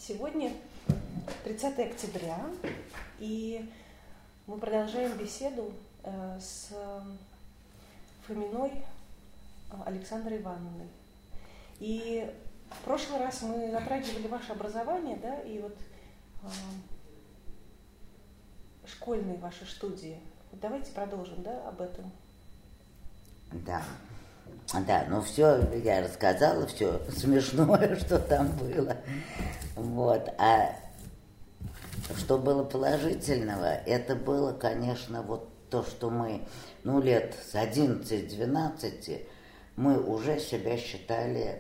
Сегодня 30 октября, и мы продолжаем беседу с Фоминой Александрой Ивановной. И в прошлый раз мы затрагивали ваше образование, да, и вот школьные ваши студии. Вот давайте продолжим, да, об этом. Да, ну все, я рассказала, все смешное, что там было. Вот. А что было положительного, это было, конечно, вот то, что мы, лет с 11-12 мы уже себя считали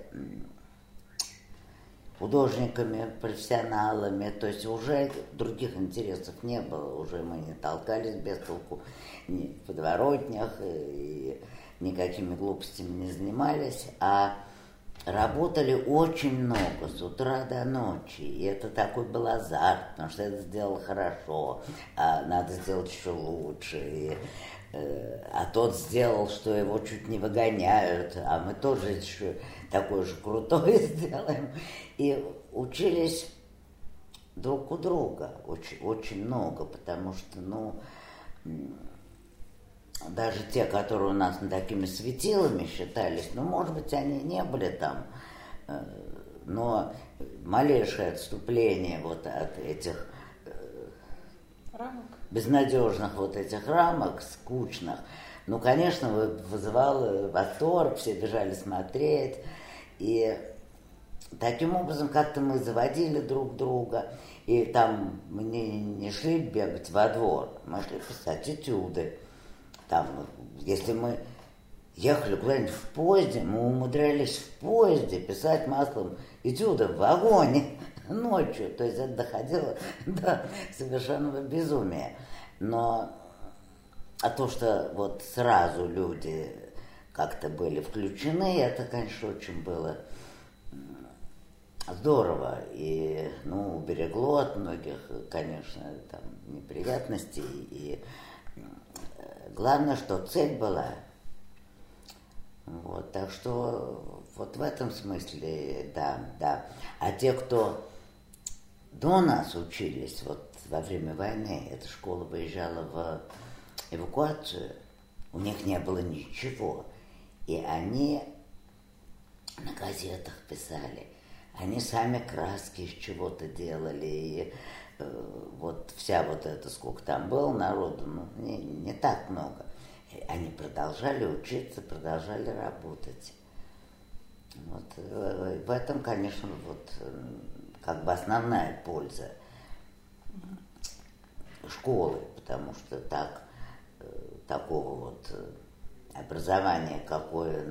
художниками, профессионалами, то есть уже других интересов не было, уже мы не толкались без толку ни в подворотнях, и никакими глупостями не занимались, а работали очень много, с утра до ночи, и это такой был азарт, потому что это сделал хорошо, а надо сделать еще лучше, а тот сделал, что его чуть не выгоняют, а мы тоже еще такое же крутое сделаем. И учились друг у друга очень, очень много, потому что, даже те, которые у нас такими светилами считались, может быть, они не были там, но малейшее отступление вот от этих рамок, безнадежных вот этих рамок, скучных, конечно, вызывало восторг, все бежали смотреть, и таким образом как-то мы заводили друг друга, и там мы не шли бегать во двор, мы шли писать этюды. Там, если мы ехали куда-нибудь в поезде, мы умудрялись в поезде писать маслом этюды в вагоне ночью. То есть это доходило до совершенного безумия. А то, что вот сразу люди как-то были включены, это, конечно, очень было здорово. И, уберегло от многих, конечно, там, неприятностей. И главное, что цель была. Вот, так что вот в этом смысле, да. А те, кто до нас учились, вот во время войны, эта школа выезжала в эвакуацию, у них не было ничего. И они на газетах писали, они сами краски из чего-то делали, и вот вся вот эта, сколько там было народу, не так много. Они продолжали учиться, продолжали работать. Вот в этом, конечно, вот как бы основная польза школы, потому что такого вот образования, какое,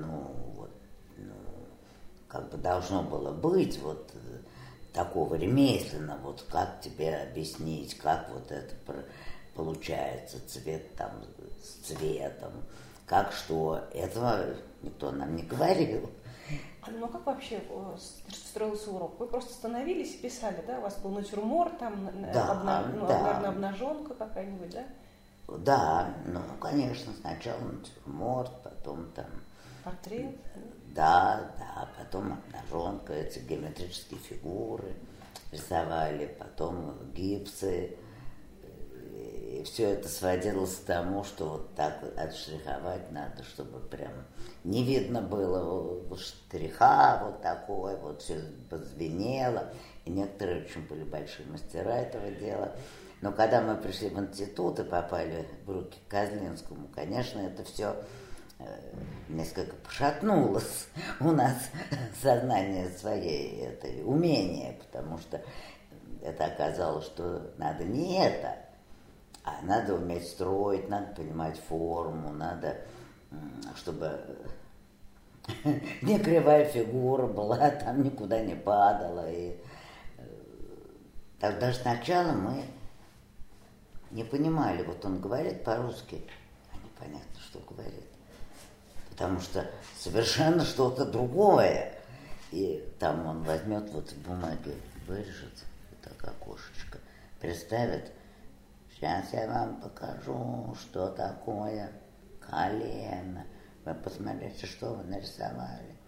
как бы должно было быть, вот такого ремесленного, вот как тебе объяснить, как вот это получается, цвет там с цветом, как что, этого никто нам не говорил. Как вообще строился урок? Вы просто становились и писали, да? У вас был натюрморт, там, наверное, обнаженка какая-нибудь, да? Да, конечно, сначала натюрморт, потом там... Портрет? Да, потом обнаженка, эти геометрические фигуры рисовали, потом гипсы. И все это сводилось к тому, что вот так отштриховать надо, чтобы прям не видно было штриха вот такой, вот все позвенело. И некоторые очень были большие мастера этого дела. Но когда мы пришли в институт и попали в руки к Козлинскому, конечно, это все несколько пошатнулось у нас сознание своей этой умения, потому что это оказалось, что надо не это, а надо уметь строить, надо понимать форму, надо, чтобы не кривая фигура была, там никуда не падала. И тогда сначала мы не понимали, вот он говорит по-русски, а непонятно, что говорит. Потому что совершенно что-то другое. И там он возьмет вот в бумаге, вырежет вот так окошечко, представит. Сейчас я вам покажу, что такое колено. Вы посмотрите, что вы нарисовали.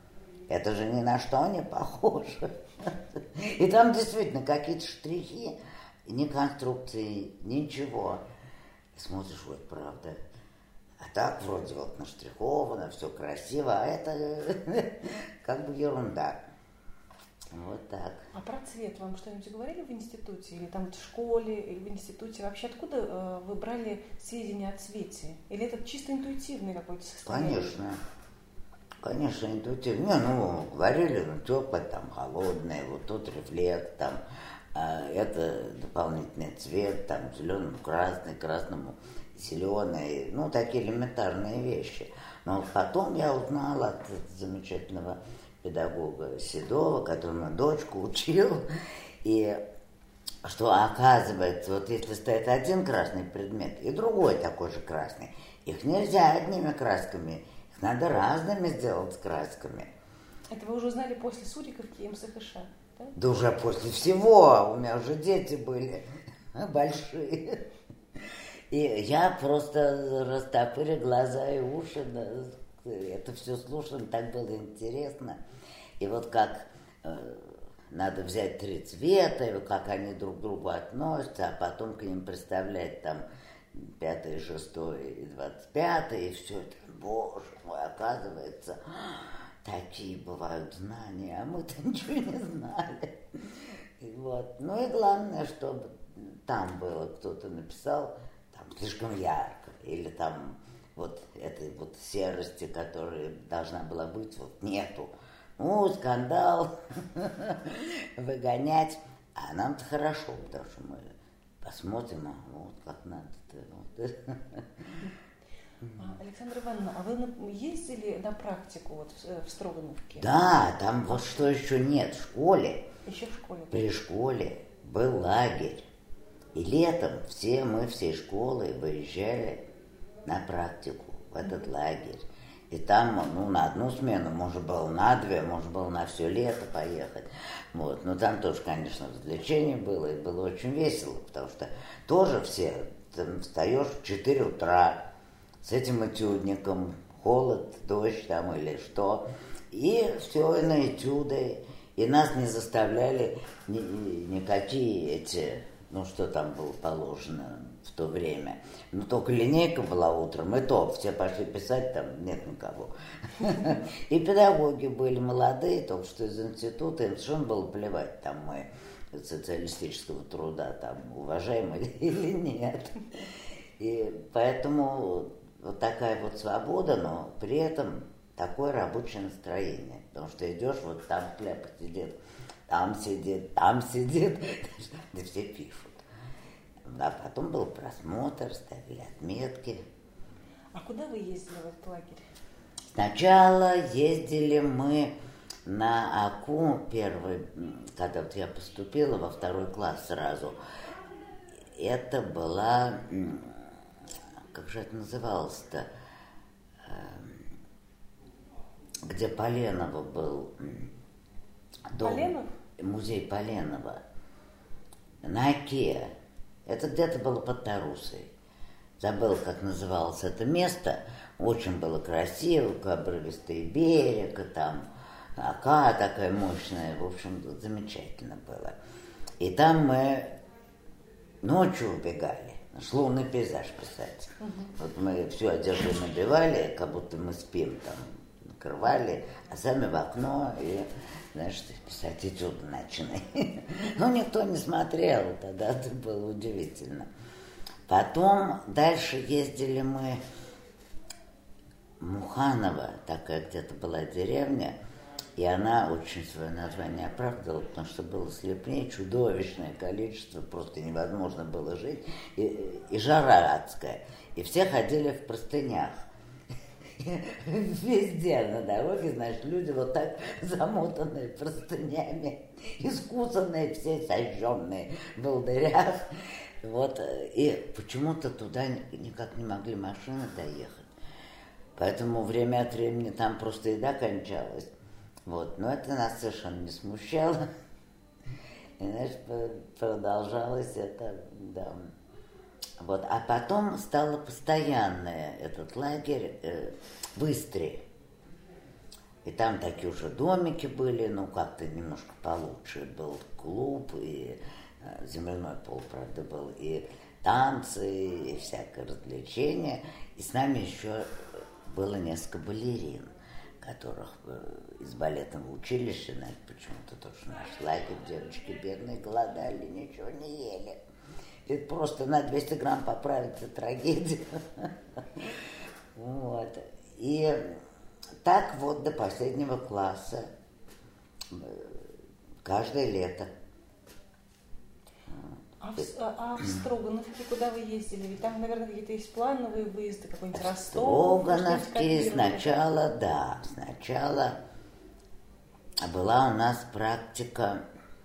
Это же ни на что не похоже. И там действительно какие-то штрихи, ни конструкции, ничего. И смотришь, вот правда. А так вроде вот наштриховано, все красиво, а это как бы ерунда. Вот так. А про цвет вам что-нибудь говорили в институте? Или там в школе, или в институте? Вообще откуда вы брали сведения о цвете? Или это чисто интуитивное какое-то состояние? Конечно, интуитивно. Говорили, теплое, там, холодное, вот тут рефлект, там, это дополнительный цвет, там, зеленому красный, красному зеленый, такие элементарные вещи. Но потом я узнала от замечательного педагога Седова, который мою дочку учил, и что оказывается, вот если стоит один красный предмет и другой такой же красный, их нельзя одними красками, их надо разными сделать красками. Это вы уже узнали после Суриковки и МСХШ, да? Да уже после всего, у меня уже дети были большие. И я просто растопырила глаза и уши, это все слушала, так было интересно. И вот как надо взять 3 цвета, и как они друг к другу относятся, а потом к ним представлять там 5, 6 и 25, и все это, боже мой, оказывается, такие бывают знания, а мы-то ничего не знали. И вот. Ну и главное, чтобы там было, кто-то написал, там слишком ярко, или там вот этой вот серости, которая должна была быть, вот нету. Скандал, выгонять. А нам-то хорошо, потому что мы посмотрим, вот как надо-то. Вот. Александра Ивановна, а вы ездили на практику вот в Строгановке? Да, там вот что еще нет, в школе. Еще в школе? При школе был лагерь. И летом мы всей школой выезжали на практику в этот лагерь. И там, на одну смену, может было на 2, может было на все лето поехать. Вот. Но там тоже, конечно, развлечение было, и было очень весело, потому что тоже ты встаешь в 4 утра с этим этюдником, холод, дождь там или что, и все на этюды. И нас не заставляли никакие что там было положено в то время. Только линейка была утром, и то все пошли писать, там нет никого. И педагоги были молодые, только что из института, им совершенно было плевать, там мы социалистического труда, там уважаемые или нет. И поэтому вот такая вот свобода, но при этом такое рабочее настроение. Потому что идешь, вот там кляпа сидит, там сидит, да все пишут. А потом был просмотр, ставили отметки. А куда вы ездили в этот лагерь? Сначала ездили мы на АКУ первый, когда вот я поступила во 2 класс сразу. Это была, как же это называлось-то, где Поленова был дом. Поленов? Музей Поленова. На Оке. Это где-то было под Тарусой. Забыл, как называлось это место. Очень было красиво, обрывистый берег, и там Ока такая мощная. В общем, замечательно было. И там мы ночью убегали. Лунный пейзаж писать. Вот мы всю одежду набивали, как будто мы спим там, накрывали, а сами в окно и, писать этюды ночные. Но никто не смотрел, тогда это было удивительно. Потом дальше ездили мы в Муханово, такая где-то была деревня, и она очень свое название оправдывала, потому что было слепнее, чудовищное количество, просто невозможно было жить, и жара адская. И все ходили в простынях. Везде на дороге, люди вот так замотанные простынями, искусанные, все сожженные в волдырях. Вот, и почему-то туда никак не могли машины доехать. Поэтому время от времени там просто еда кончалась. Вот, но это нас совершенно не смущало. И, продолжалось это, да. Вот, а потом стало постоянное этот лагерь в Истре. И там такие уже домики были, ну, как-то немножко получше. Был клуб, и земляной пол, правда, был, и танцы, и всякое развлечение. И с нами еще было несколько балерин, которых из балетного училища, знаете, почему-то тоже наш лагерь, девочки бедные голодали, ничего не ели. Это просто на 200 грамм поправиться трагедия. Вот. И так вот до последнего класса, каждое лето. А в Строгановке куда вы ездили? Ведь там, наверное, какие-то есть плановые выезды, какой-нибудь Ростов. Строгановке сначала, да, сначала была у нас практика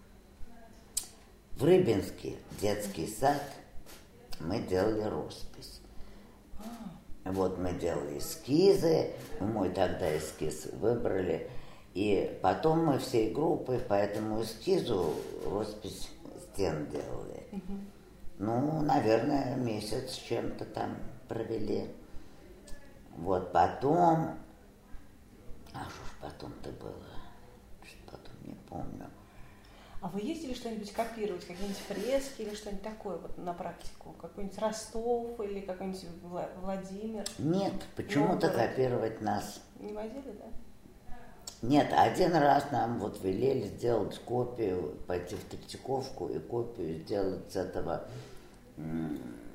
в Рыбинске, детский сад, мы делали роспись. Вот мы делали эскизы, мой тогда эскиз выбрали, и потом мы всей группой по этому эскизу роспись стен делали. Ну, наверное, месяц с чем-то там провели. Вот потом, а что ж потом-то было, что потом не помню. А вы ездили что-нибудь копировать, какие-нибудь фрески или что-нибудь такое вот на практику? Какой-нибудь Ростов или какой-нибудь Владимир? Нет, почему-то копировать нас не возили, да? Нет, один раз нам вот велели сделать копию, пойти в Третьяковку и копию сделать с этого, ну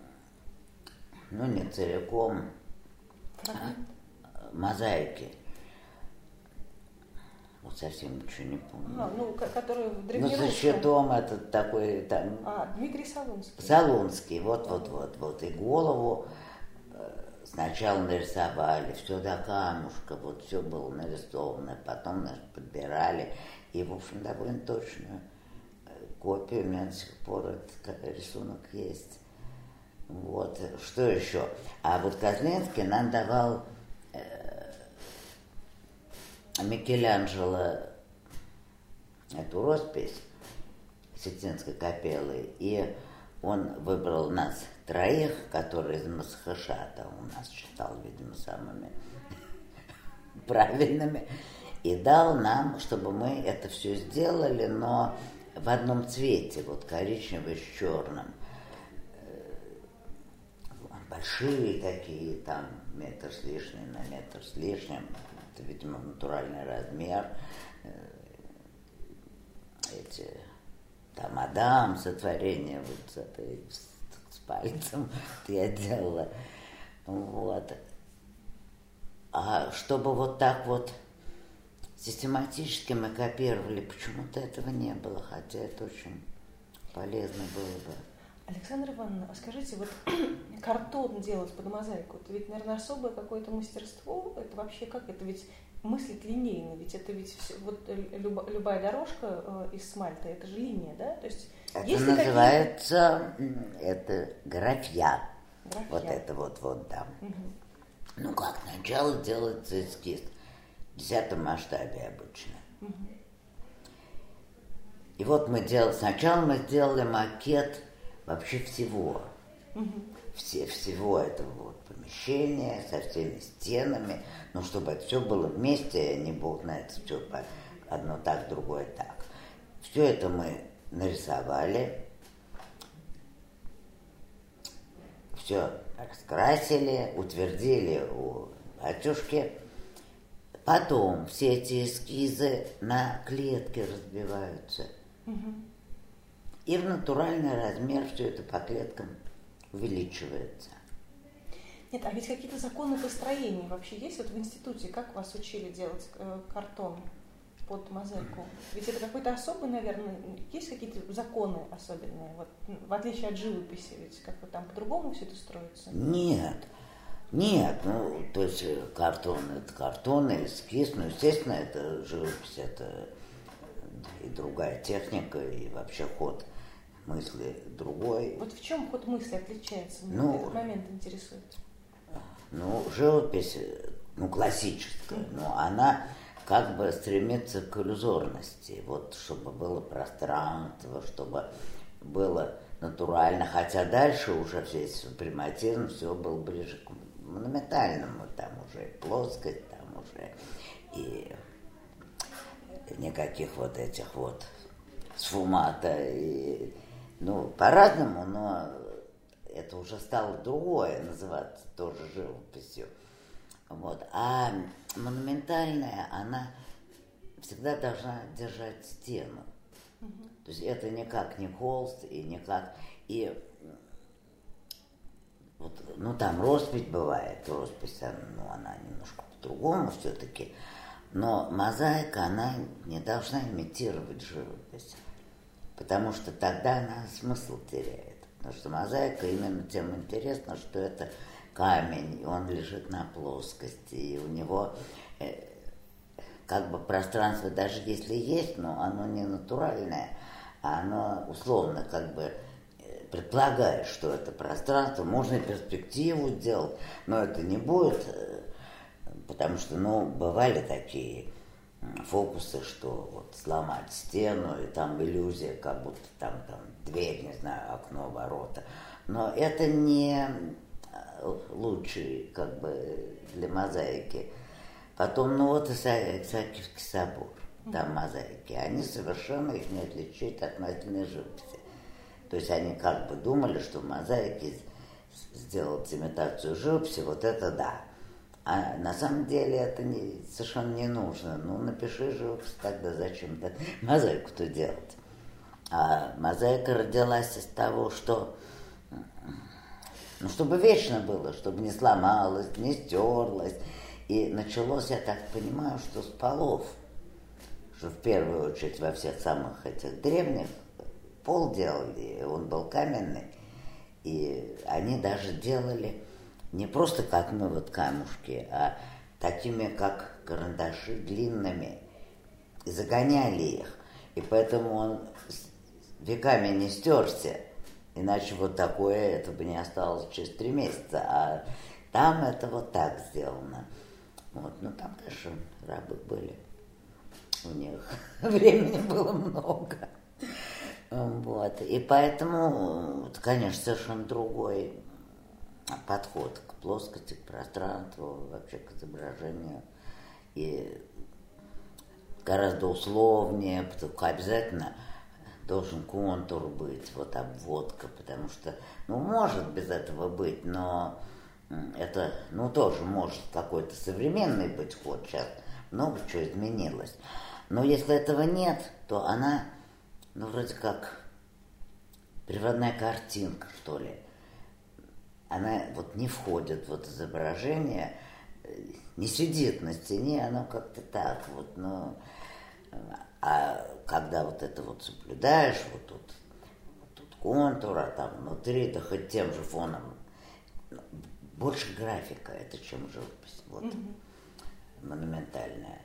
не целиком, мозаики. Вот совсем ничего не помню. Ну, который в древнерусском. Ну, за щитом этот такой там. Дмитрий Солунский. Солунский, вот. И голову сначала нарисовали, все до камушка, вот все было нарисовано, потом нас подбирали. И, в общем, довольно точную копию, у меня до сих пор этот рисунок есть. Вот, что еще? А вот Козлинский нам давал Микеланджело эту роспись Сикстинской капеллы, и он выбрал нас троих, которые из Масхашата у нас считал, видимо, самыми правильными, и дал нам, чтобы мы это все сделали, но в одном цвете, вот коричневый с черным. Большие такие, там метр с лишним на метр с лишним, это, видимо, натуральный размер. Эти там мадам, сотворение вот с этой, с пальцем я делала. Вот. А чтобы вот так вот систематически мы копировали, почему-то этого не было, хотя это очень полезно было бы. Александра Ивановна, а скажите, вот картон делать под мозаику, это ведь, наверное, особое какое-то мастерство, это вообще как, это ведь мыслить линейно, ведь это ведь все, вот любая дорожка из смальта, это же линия, да? То есть, это называется, это графья. Вот это вот, да. Угу. Ну как, сначала делается эскиз в 10 масштабе обычно. Угу. И вот сначала мы сделали макет вообще всего. Угу. Всего этого вот помещения со всеми стенами, но чтобы это все было вместе, а не бог знает, все одно так, другое так. Все это мы нарисовали, все раскрасили, утвердили у батюшки. Потом все эти эскизы на клетки разбиваются. Угу. И в натуральный размер все это по клеткам увеличивается. Нет, а ведь какие-то законы построения вообще есть вот в институте? Как вас учили делать картон под мозаику? Ведь это какой-то особый, наверное, есть какие-то законы особенные, вот, в отличие от живописи, ведь как-то там по-другому все это строится? Нет, ну, то есть картон, эскиз, ну, естественно, это живопись, это и другая техника, и вообще ход мысли другой. Вот в чем ход мысли отличается? Ну, этот момент интересует. Ну, живопись, классическая, но она как бы стремится к иллюзорности, вот, чтобы было пространство, чтобы было натурально, хотя дальше уже весь супрематизм, все было ближе к монументальному, там уже и плоскость, там уже и никаких вот этих вот сфумата. И, ну, по-разному, но это уже стало другое называться тоже живописью. Вот. А монументальная, она всегда должна держать стену. То есть это никак не холст и никак... И вот, ну, там роспись бывает, роспись, ну, она немножко по-другому все-таки, но мозаика, она не должна имитировать живопись, потому что тогда она смысл теряет. Потому что мозаика именно тем интересна, что это камень, и он лежит на плоскости, и у него как бы пространство, даже если есть, но оно не натуральное, а оно условно как бы предполагает, что это пространство, можно и перспективу делать, но это не будет, потому что, ну, бывали такие фокусы, что вот сломать стену, и там иллюзия, как будто там дверь, не знаю, окно, ворота. Но это не лучший, как бы, для мозаики. Потом, ну вот Исаакиевский собор, там мозаики, они совершенно их не отличают от относительной живописи. То есть они как бы думали, что в мозаике сделать имитацию живописи, вот это да. А на самом деле это совершенно не нужно. Ну, напиши живопись, тогда зачем-то мозаику-то делать. А мозаика родилась из того, что, ну, чтобы вечно было, чтобы не сломалось, не стерлось. И началось, я так понимаю, что с полов, что в первую очередь во всех самых этих древних пол делали, он был каменный, и они даже делали не просто как мы вот камушки, а такими как карандаши длинными, и загоняли их, и поэтому он веками не стерся, иначе вот такое, это бы не осталось через 3 месяца, а там это вот так сделано. Вот, ну там, конечно, рабы были, у них времени было много. Вот. И поэтому, конечно, совершенно другой подход к плоскости, к пространству, вообще к изображению. И гораздо условнее, потому что обязательно должен контур быть, вот обводка, потому что, ну, может без этого быть, но это, ну, тоже может какой-то современный быть ход, сейчас много чего изменилось. Но если этого нет, то она, ну, вроде как природная картинка, что ли. Она вот не входит в вот изображение, не сидит на стене, оно как-то так вот, ну... А когда вот это вот соблюдаешь, вот тут контур, а там внутри, да хоть тем же фоном, больше графика, это чем живопись, вот, монументальная.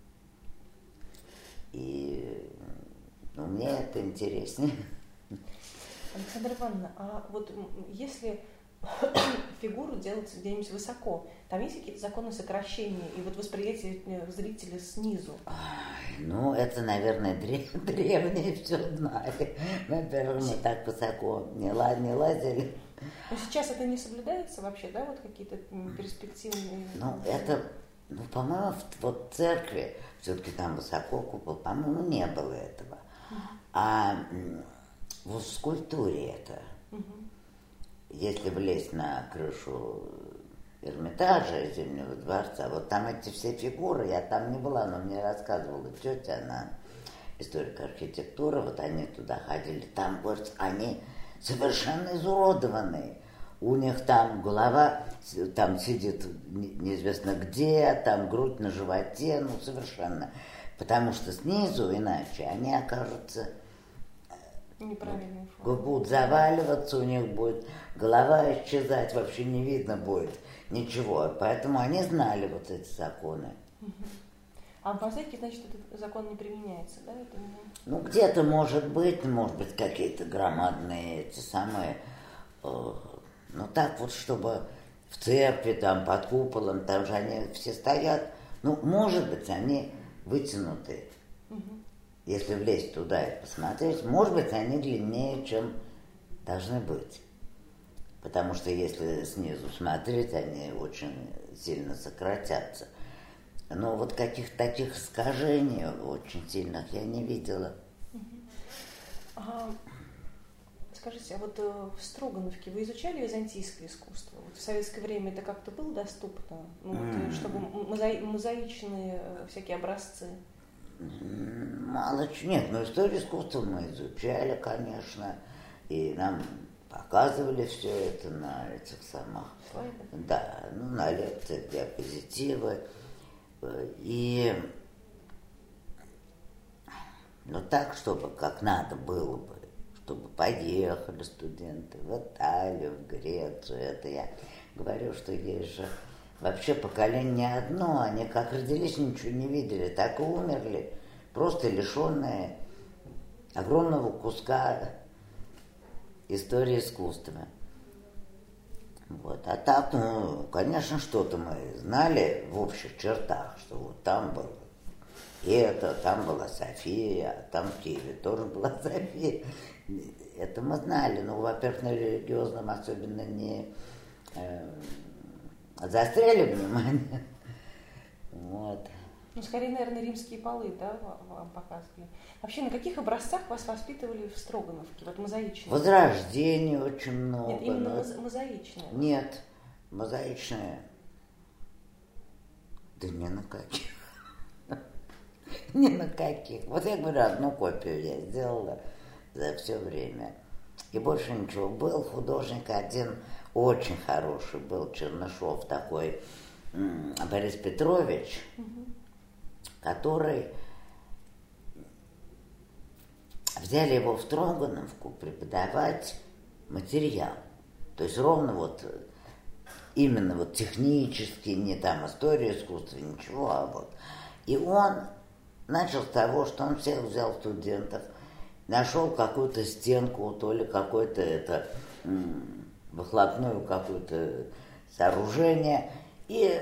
И, ну, мне это интереснее. Александра Ивановна, а вот если фигуру делать где-нибудь высоко, там есть какие-то законы сокращения и вот восприятие зрителя снизу? Ну, это, наверное, древние все знали. Наверное, мы так высоко не лазили. Но сейчас это не соблюдается вообще, да, вот какие-то перспективные... Ну, это, ну, по-моему, вот в церкви, все-таки там высоко купол, по-моему, не было этого. А вот в скульптуре это... Если влезть на крышу Эрмитажа, Зимнего дворца, вот там эти все фигуры, я там не была, но мне рассказывала тетя, она историк архитектуры, вот они туда ходили, там, говорят, они совершенно изуродованные. У них там голова, там сидит неизвестно где, там грудь на животе, ну совершенно. Потому что снизу, иначе, они окажутся... Неправильные формы. Будут заваливаться, у них будет голова исчезать, вообще не видно будет ничего. Поэтому они знали вот эти законы. А в мозаике, значит, этот закон не применяется, да? Это не... Ну, где-то может быть какие-то громадные эти самые... Ну, так вот, чтобы в церкви, там, под куполом, там же они все стоят. Ну, может быть, они вытянуты. Если влезть туда и посмотреть, может быть, они длиннее, чем должны быть. Потому что если снизу смотреть, они очень сильно сократятся. Но вот каких-то таких искажений очень сильных я не видела. Скажите, а вот в Строгановке вы изучали византийское искусство? Вот в советское время это как-то было доступно? Ну, вот, чтобы мозаичные всякие образцы? Мало чего. Нет, но историю искусства мы изучали, конечно, и нам показывали все это на этих самых... Слайдах? Да, ну, на лекциях, диапозитивы. И... Ну, так, чтобы как надо было бы, чтобы поехали студенты в Италию, в Грецию. Это я говорю, что есть же вообще поколение не одно, они как родились, ничего не видели, так и умерли, просто лишенные огромного куска истории искусства. Вот. А так, ну, конечно, что-то мы знали в общих чертах, что вот там было это, там была София, а там в Киеве тоже была София. Это мы знали, но, во-первых, на религиозном особенно не заостряли внимание. Вот. Ну, скорее, наверное, римские полы, да, вам показывали. Вообще, на каких образцах вас воспитывали в Строгановке, вот мозаичные? Возрождение очень много. Нет, именно мозаичные. Нет, мозаичные. Да ни на каких. Ни на каких. Вот я говорю, одну копию я сделала за все время. И больше ничего. Был художник один, очень хороший был, Чернышов такой, Борис Петрович, который... Взяли его в Строгановку преподавать материал. То есть ровно вот, именно вот технически, не там история искусства, ничего, а вот. И он начал с того, что он всех взял студентов, нашел какую-то стенку, то ли какое-то это выхлопное какое-то сооружение, и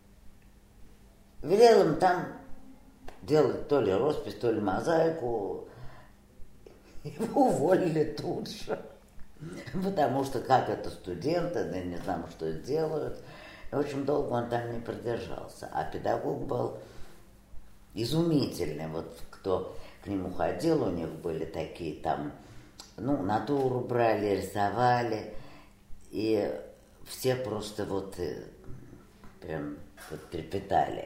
велел им там делать то ли роспись, то ли мозаику. Его уволили тут же, потому что как это студенты, да не знаю, что делают. И очень долго он там не продержался. А педагог был изумительный. Вот кто к нему ходил, у них были такие там, ну, натуру брали, рисовали. И все просто вот прям вот трепетали.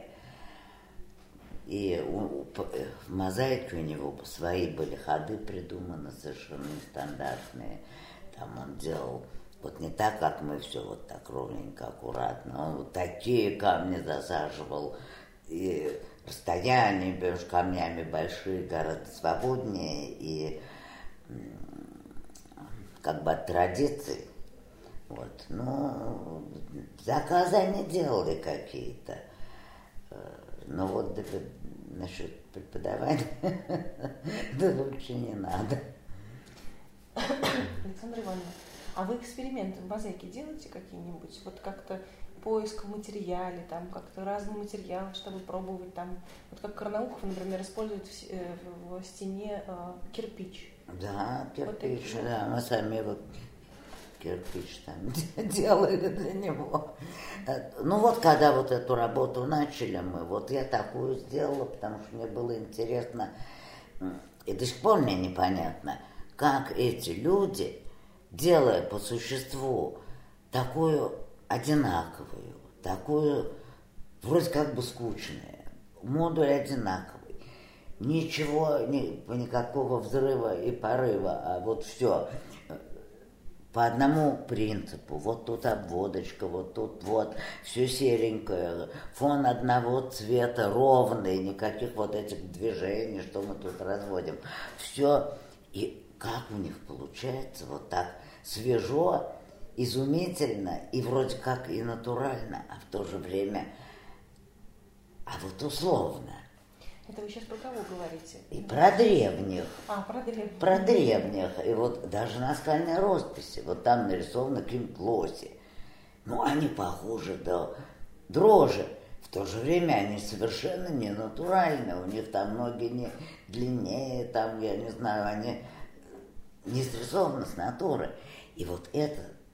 И в мозаике у него свои были ходы придуманы, совершенно нестандартные. Там он делал вот не так, как мы, все вот так ровненько, аккуратно. Он вот такие камни засаживал, и расстояние между камнями большие, гораздо свободнее, и как бы от традиций. Вот. Ну, заказы они делали какие-то. Но вот насчет преподавания, да лучше не надо. Александра Ивановна, а вы эксперименты в мозаике делаете какие-нибудь? Вот как-то поиск в материале, там как-то разные материалы, чтобы пробовать там. Вот как Карнаухов, например, использует в стене кирпич. Да, кирпич, вот да, мы сами вот кирпич там делали для него. Ну вот, когда вот эту работу начали мы, вот я такую сделала, потому что мне было интересно, и до сих пор мне непонятно, как эти люди, делая по существу такую одинаковую, такую вроде как бы скучную, модуль одинаковый, ничего, никакого взрыва и порыва, а вот все по одному принципу. Вот тут обводочка, вот тут вот все серенькое, фон одного цвета ровный, никаких вот этих движений, что мы тут разводим. Все, и как у них получается вот так свежо, изумительно и вроде как и натурально, а в то же время, а вот условно. Это вы сейчас про кого говорите? И про древних. Про древних. Про древних. И вот даже на скальной росписи, вот там нарисованы какие-нибудь лоси. Ну, они похожи до дрожи. В то же время они совершенно не натуральны. У них там ноги не длиннее, там, я не знаю, они не срисованы с натуры. И вот это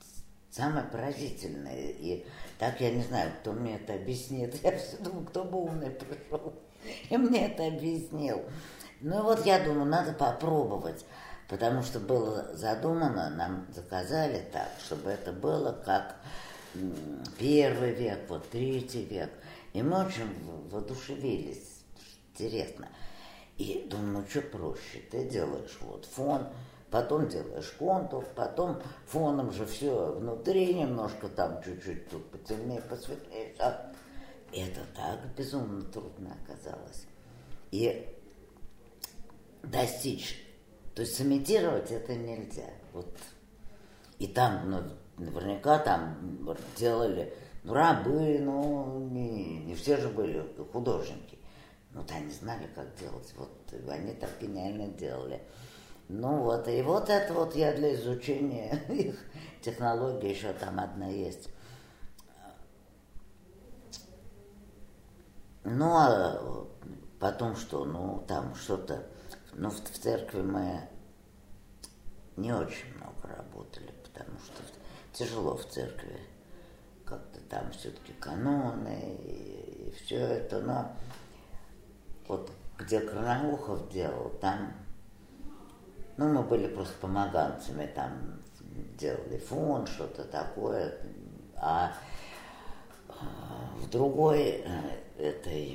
самое поразительное. И так я не знаю, кто мне это объяснит. Я все думаю, кто бы умный пришел и мне это объяснил. Ну вот я думаю, надо попробовать. Потому что было задумано, нам заказали так, чтобы это было как 1 век, вот 3 век. И мы очень воодушевились, интересно. И думаю, ну что проще, ты делаешь вот фон, потом делаешь контур, потом фоном же все внутри немножко, там чуть-чуть тут потемнее, посветлее. И это так безумно трудно оказалось. И достичь, то есть сымитировать это нельзя. Вот. И там, ну, наверняка там делали рабы, ну, не все же были художники. Ну, да, не знали, как делать. Вот они так гениально делали. Ну вот, и вот это вот я для изучения их технологии, еще там одна есть. Ну, а потом что, ну, там что-то, ну, в церкви мы не очень много работали, потому что тяжело в церкви. Как-то там все-таки каноны и все это, но вот где Карнаухов делал, там, ну, мы были просто помоганцами, там делали фон, что-то такое, а в другой этой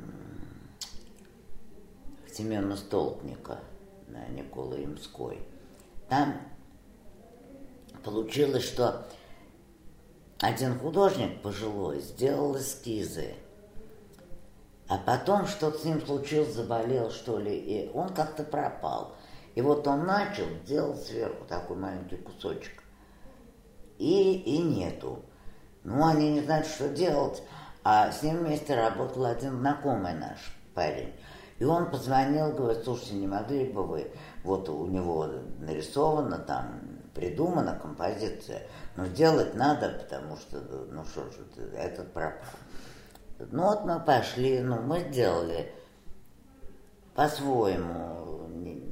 Семена Столпника на Николаемской, там получилось, что один художник пожилой сделал эскизы, а потом что-то с ним случилось, заболел, что ли, и он как-то пропал. И вот он начал делать сверху такой маленький кусочек. И нету. Ну, они не знают, что делать. А с ним вместе работал один знакомый наш парень. И он позвонил, говорит, слушайте, не могли бы вы, вот у него нарисовано там, придумана композиция, но сделать надо, потому что, ну что же, этот пропал. Ну вот мы пошли, ну мы сделали по-своему,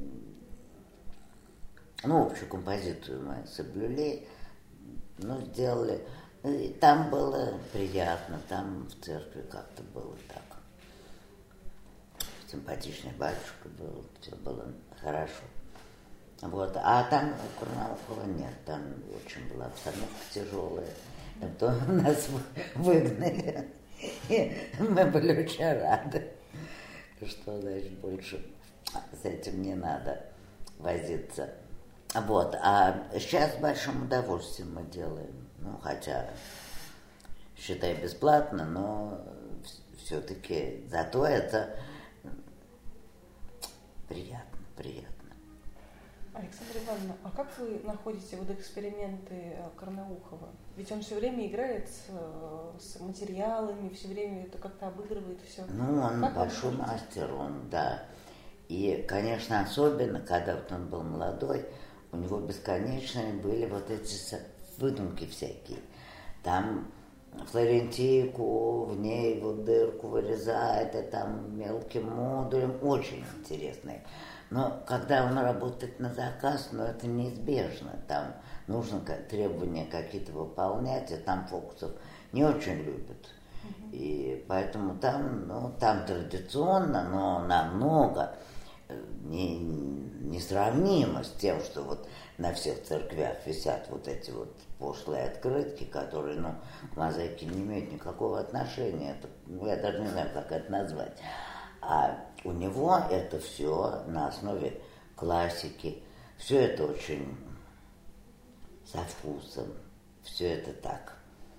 ну общую композицию мы соблюли, ну сделали. И там было приятно, там в церкви как-то было так. Симпатичный батюшка был, все было хорошо. Вот. А там у Карнаухова нет, там очень была обстановка тяжелая. То нас выгнали. И мы были очень рады, что, значит, больше с этим не надо возиться. Вот. А сейчас с большим удовольствием мы делаем. Ну, хотя, считай, бесплатно, но все-таки зато это приятно, приятно. Александра Ивановна, а как вы находите вот эксперименты Карнаухова? Ведь он все время играет с материалами, все время это как-то обыгрывает все. Ну, он как большой мастер, он, да. И, конечно, особенно, когда вот он был молодой, у него бесконечные были вот эти выдумки всякие. Там флорентийку, в ней вот дырку вырезает, и там мелким модулем, очень интересные. Но когда он работает на заказ, ну это неизбежно, там нужно требования какие-то выполнять, и там фокусов не очень любят. И поэтому там, ну, там традиционно, но намного несравнимо с тем, что вот на всех церквях висят вот эти вот пошлые открытки, которые, ну, к мозаике не имеют никакого отношения. Это, ну, я даже не знаю, как это назвать. А у него это все на основе классики. Все это очень со вкусом. Все это так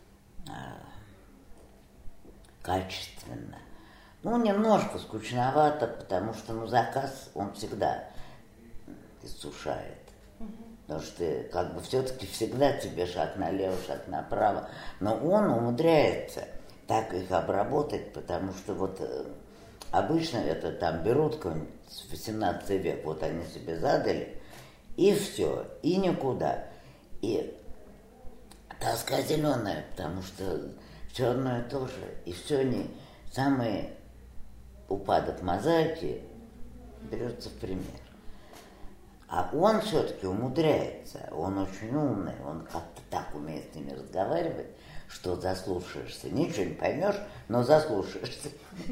качественно. Ну, немножко скучновато, потому что, ну, заказ, он всегда иссушает. Потому что ты, как бы, все-таки всегда тебе шаг налево, шаг направо. Но он умудряется так их обработать, потому что вот обычно это там берут какой-нибудь 18 век, вот они себе задали, и все, и никуда. И тоска зеленая, потому что все одно и то же, и все не... Самый упадок мозаики берется в пример. А он все-таки умудряется, он очень умный, он как-то так умеет с ними разговаривать, что заслушаешься. Ничего не поймешь, но заслушаешься.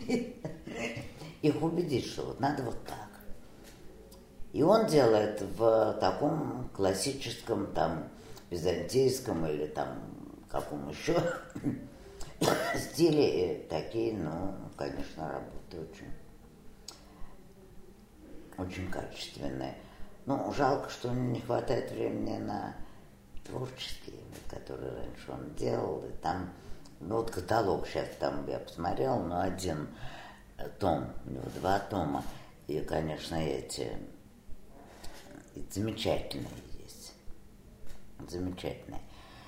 Их убедить, что вот надо вот так. И он делает в таком классическом, там, византийском или там каком еще стиле такие, ну, конечно, работы очень качественные. Ну, жалко, что не хватает времени на творческие, которые раньше он делал. И там, ну, вот каталог сейчас там я посмотрел, но один том, у него 2 тома. И, конечно, эти замечательные есть. Замечательные.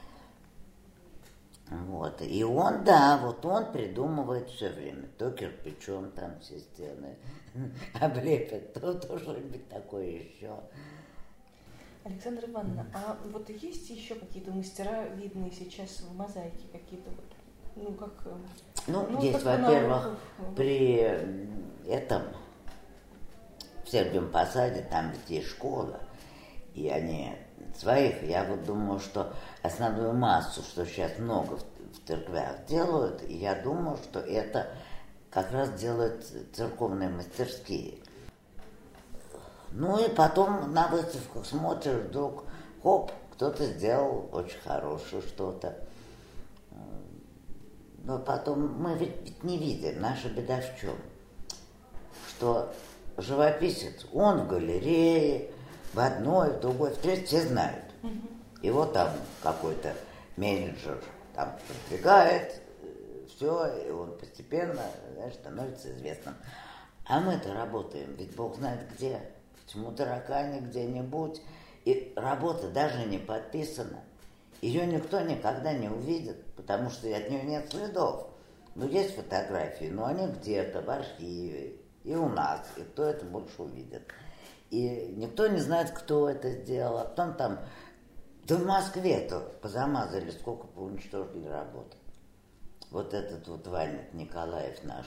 Вот. И он, да, вот он придумывает все время. То кирпичом там все стены облепят, то что-нибудь такое еще. Александра Ивановна, а вот есть еще какие-то мастера видные сейчас в мозаике? Какие-то вот, ну, как... Ну, есть, во-первых, при этом, в Сергиевом Посаде, там ведь есть школа, и они своих, я вот думаю, что основную массу, что сейчас много в церквях делают, и я думаю, что это как раз делают церковные мастерские. Ну и потом на выставках смотришь, вдруг, хоп, кто-то сделал очень хорошее что-то. Но потом мы ведь не видим, наша беда в чем? Что живописец, он в галерее, в одной, в другой, в третьей, все знают. И вот там какой-то менеджер там продвигает, все, и он постепенно, знаешь, становится известным. А мы-то работаем, ведь Бог знает где, почему таракани где-нибудь, и работа даже не подписана. Ее никто никогда не увидит, потому что от нее нет следов. Ну, есть фотографии, но они где-то в архиве, и у нас, и кто это больше увидит. И никто не знает, кто это сделал. А потом там, да в Москве-то позамазали, сколько поуничтожили работы. Вот этот вот Ваня Николаев наш,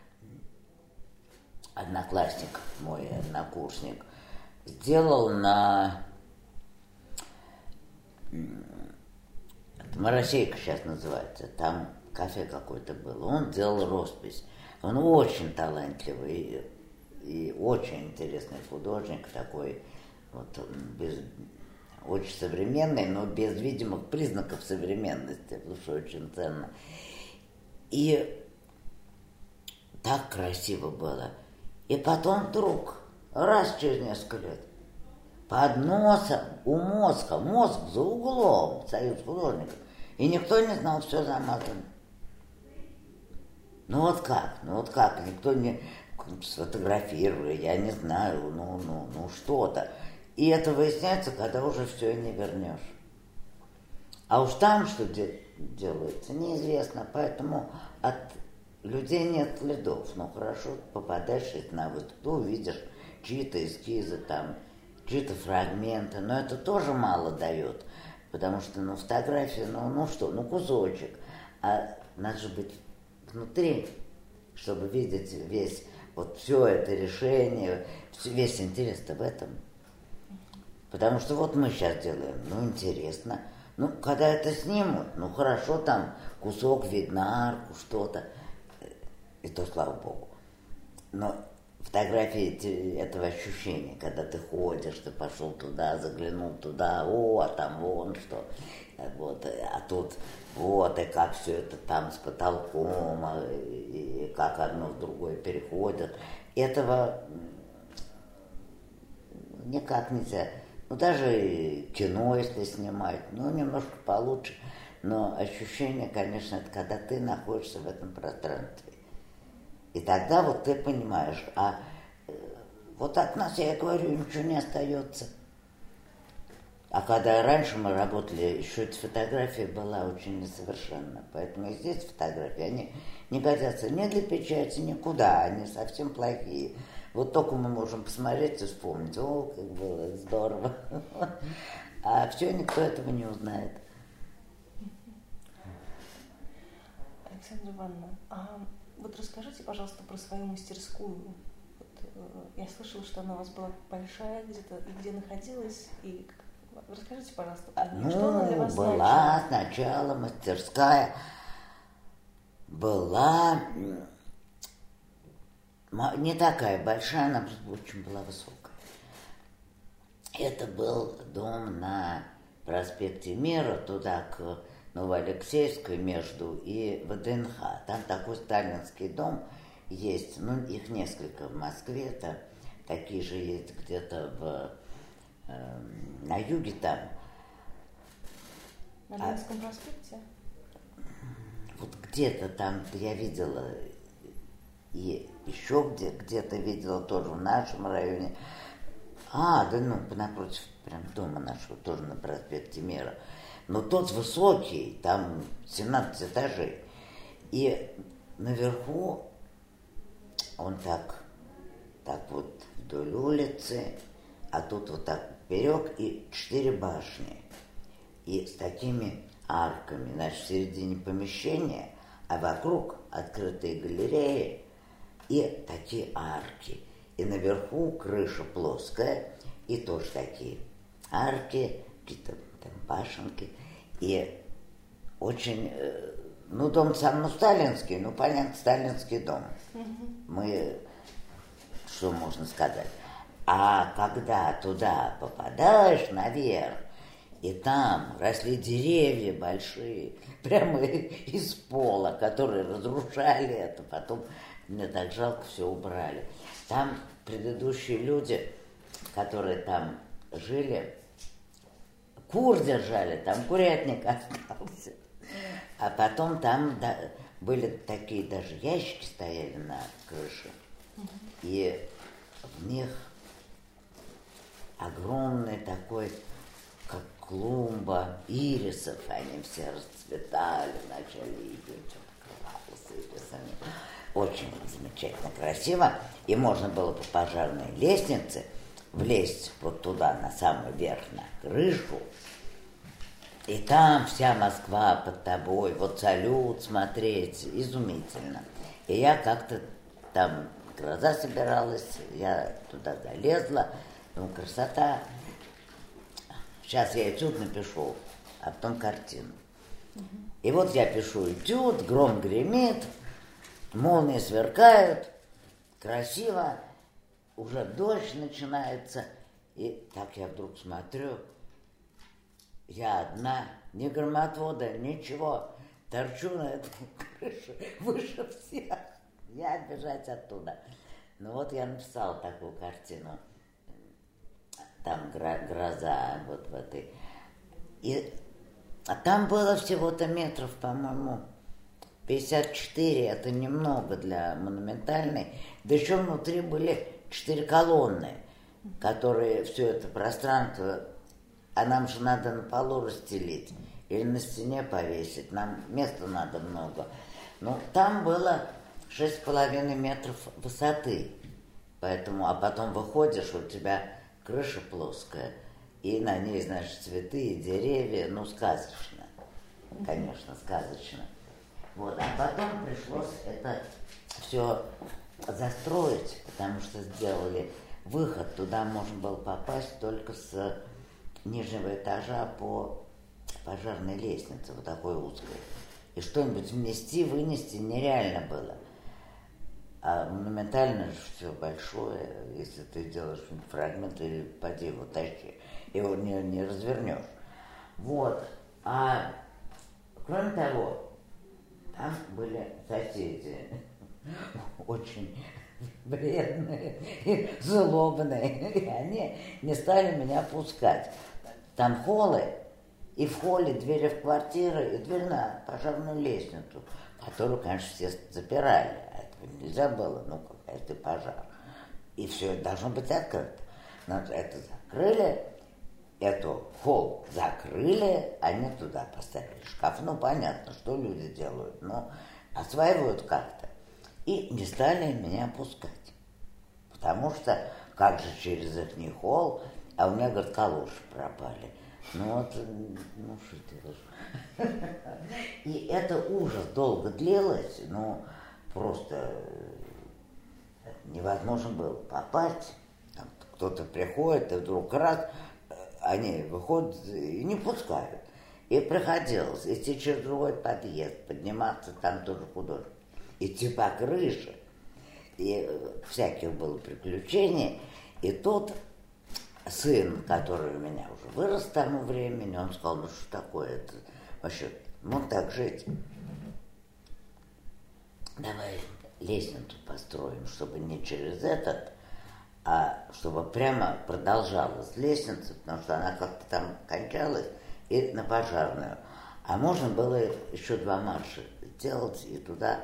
одноклассник, мой однокурсник, сделал на... Моросейка сейчас называется, там кафе какое-то было. Он делал роспись. Он очень талантливый и очень интересный художник, такой вот очень современный, но без видимых признаков современности, потому что очень ценно. И так красиво было. И потом вдруг, раз через несколько лет, под носом у мозга, мозг за углом, союз художников, и никто не знал, все замазано. Ну вот как, никто не сфотографировали, я не знаю, ну что-то. И это выясняется, когда уже все не вернешь. А уж там что делается, неизвестно, поэтому от людей нет следов. Ну хорошо, попадаешь на выставку, ты увидишь чьи-то эскизы там, чьи-то фрагменты, но это тоже мало дает, потому что, фотография, ну кусочек, а надо же быть внутри, чтобы видеть весь, вот все это решение, весь интерес-то в этом. Потому что вот мы сейчас делаем, интересно, когда это снимут, хорошо, там кусок видно, арку, что-то, и то слава богу. Но фотографии этого ощущения, когда ты ходишь, ты пошел туда, заглянул туда, а там вон что, вот, а тут вот, и как все это там с потолком, и как одно в другое переходит. Этого никак нельзя. Даже кино, если снимать, немножко получше. Но ощущение, конечно, это когда ты находишься в этом пространстве. И тогда вот ты понимаешь, вот от нас, я говорю, ничего не остается. А когда раньше мы работали, еще эта фотография была очень несовершенна. Поэтому и здесь фотографии, они не годятся ни для печати, никуда, они совсем плохие. Вот только мы можем посмотреть и вспомнить, как было здорово. А все, никто этого не узнает. Александра Ивановна, вот расскажите, пожалуйста, про свою мастерскую. я слышала, что она у вас была большая где-то, и где находилась, и расскажите, пожалуйста, что она для вас была значила? сначала мастерская, была не такая большая, она очень была высокая. Это был дом на проспекте Мира, туда к Новоалексеевской между и ВДНХ. Там такой сталинский дом есть, ну, их несколько в Москве, это такие же есть где-то на юге там. На Ленинском проспекте? Вот где-то там я видела, и еще где-то видела тоже в нашем районе. Да ну, напротив прям дома нашего, тоже на проспекте Мира. Но тот высокий, там 17 этажей. И наверху он так вот вдоль улицы, а тут вот так вперед и 4 башни. И с такими арками, значит, в середине помещения, а вокруг открытые галереи и такие арки. И наверху крыша плоская, и тоже такие арки, какие-то там башенки. И очень, ну, дом сам, ну, сталинский, ну, понятно, сталинский дом. Мы, что можно сказать? А когда туда попадаешь наверх, и там росли деревья большие, прямо из пола, которые разрушали это, потом мне так жалко, все убрали. Там предыдущие люди, которые там жили, кур держали, там курятник остался. А потом там были такие даже ящики стояли на крыше. И в них огромный такой, как клумба ирисов, они все расцветали в начале июня, с ирисами. Очень замечательно, красиво. И можно было по пожарной лестнице влезть вот туда, на самый верх, на крышу. И там вся Москва под тобой, вот салют смотреть, изумительно. И я как-то там гроза собиралась, я туда залезла, ну, красота. Сейчас я этюд напишу, а потом картину. И вот я пишу этюд, гром гремит, молнии сверкают, красиво, уже дождь начинается. И так я вдруг смотрю, я одна, ни громотвода, ничего, торчу на этой крыше выше всех. Я бежать оттуда. Ну вот я написала такую картину. Там гроза вот в этой. А там было всего-то метров, по-моему, 54, это немного для монументальной. Да еще внутри были 4 колонны, которые все это пространство, а нам же надо на полу расстелить или на стене повесить, нам места надо много. Ну, там было 6,5 метров высоты, поэтому, а потом выходишь, у тебя крыша плоская, и на ней, значит, цветы и деревья, ну, сказочно, конечно, сказочно. Вот, а потом пришлось это все застроить, потому что сделали выход, туда можно было попасть только с нижнего этажа по пожарной лестнице, вот такой узкой. И что-нибудь внести, вынести нереально было. А монументально же все большое, если ты делаешь фрагмент, или поди его тащи, его не развернешь. Вот. А кроме того, там были соседи, очень вредные и злобные, и они не стали меня пускать. Там холлы, и в холле двери в квартиры, и дверь на пожарную лестницу, которую, конечно, все запирали. А этого нельзя было, ну, какой-то пожар. И все это должно быть открыто. Но это закрыли, эту холл закрыли, они туда поставили шкаф. Ну, понятно, что люди делают, но осваивают как-то. И не стали меня пускать. Потому что, как же через их холл, а у меня, говорит, калоши пропали. Ну вот, ну что делаешь? И это ужас долго длилось, ну просто невозможно было попасть. Там кто-то приходит, и вдруг раз, они выходят и не пускают. И приходилось идти через другой подъезд, подниматься, там тоже художник, идти по крыше. И всяких было приключений. И тут сын, который у меня уже вырос к тому времени, он сказал, ну что такое это вообще, мог так жить? Давай лестницу построим, чтобы не через этот, а чтобы прямо продолжалась лестница, потому что она как-то там кончалась, и на Пожарную. А можно было еще 2 марша делать и туда.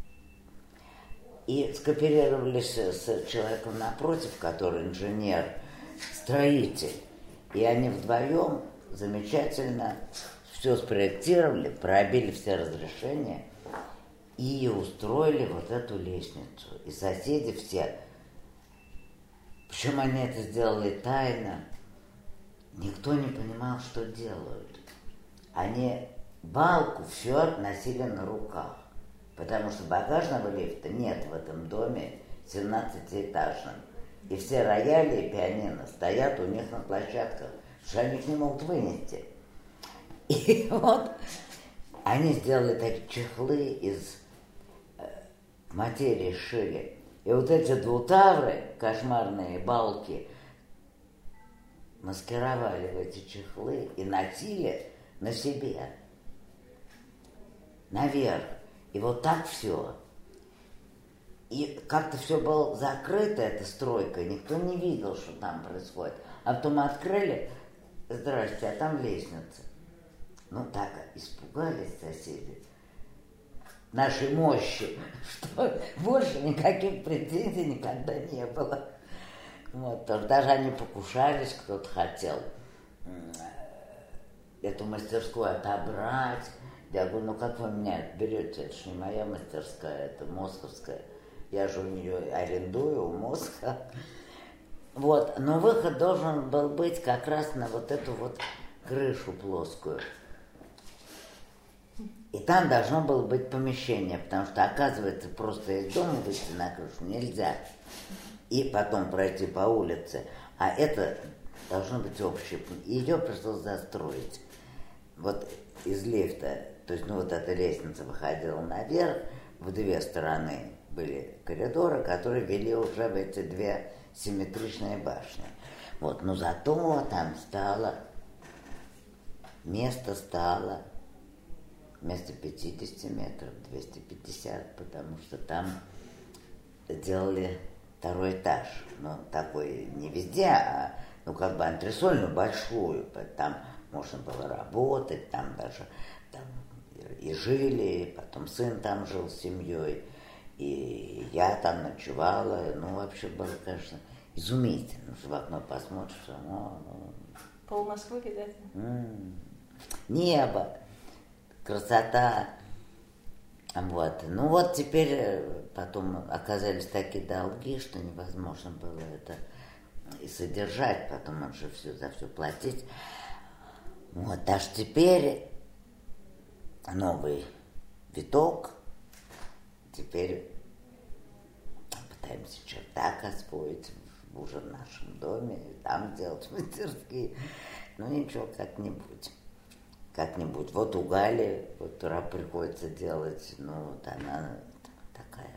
И скооперировались с человеком напротив, который инженер-строитель. И они вдвоем замечательно все спроектировали, пробили все разрешения и устроили вот эту лестницу. И соседи все, причем они это сделали тайно, никто не понимал, что делают. Они балку все относили на руках, потому что багажного лифта нет в этом доме 17-этажном. И все рояли и пианино стоят у них на площадках, что они их не могут вынести. И вот они сделали такие чехлы из материи, шили. И вот эти двутавры, кошмарные балки, маскировали в эти чехлы и носили на себе, наверх. И вот так все. И как-то все было закрыто, эта стройка, никто не видел, что там происходит. А потом открыли, здрасте, а там лестница. Ну так испугались соседи нашей мощи, что больше никаких претензий никогда не было. Вот, даже они покушались, кто-то хотел эту мастерскую отобрать. Я говорю, ну как вы меня берете, это же не моя мастерская, это московская. Я же у нее арендую, у мозга. Вот, но выход должен был быть как раз на вот эту вот крышу плоскую. И там должно было быть помещение, потому что, оказывается, просто из дома выйти на крышу нельзя. И потом пройти по улице. А это должно быть общее. И ее пришлось застроить. Вот из лифта, то есть, ну вот эта лестница выходила наверх, в 2 стороны были коридоры, которые вели уже в эти 2 симметричные башни. Вот, но зато там место стало вместо 50 метров 250, потому что там делали 2-й этаж. Ну, такой не везде, а ну как бы антресольную большую. Там можно было работать, там даже там и жили, потом сын там жил с семьей, и я там ночевала. Ну, вообще было, конечно, изумительно, что в окно посмотришь, Пол Москвы, видать? Небо, красота. Вот. Ну вот теперь потом оказались такие долги, что невозможно было это и содержать, потом он же за все платить. Вот, аж теперь новый виток, теперь пытаемся чердак освоить уже в нашем доме, там делать мастерские. Ну ничего, как-нибудь. Как-нибудь. Вот у Гали, вот приходится делать, ну вот она такая.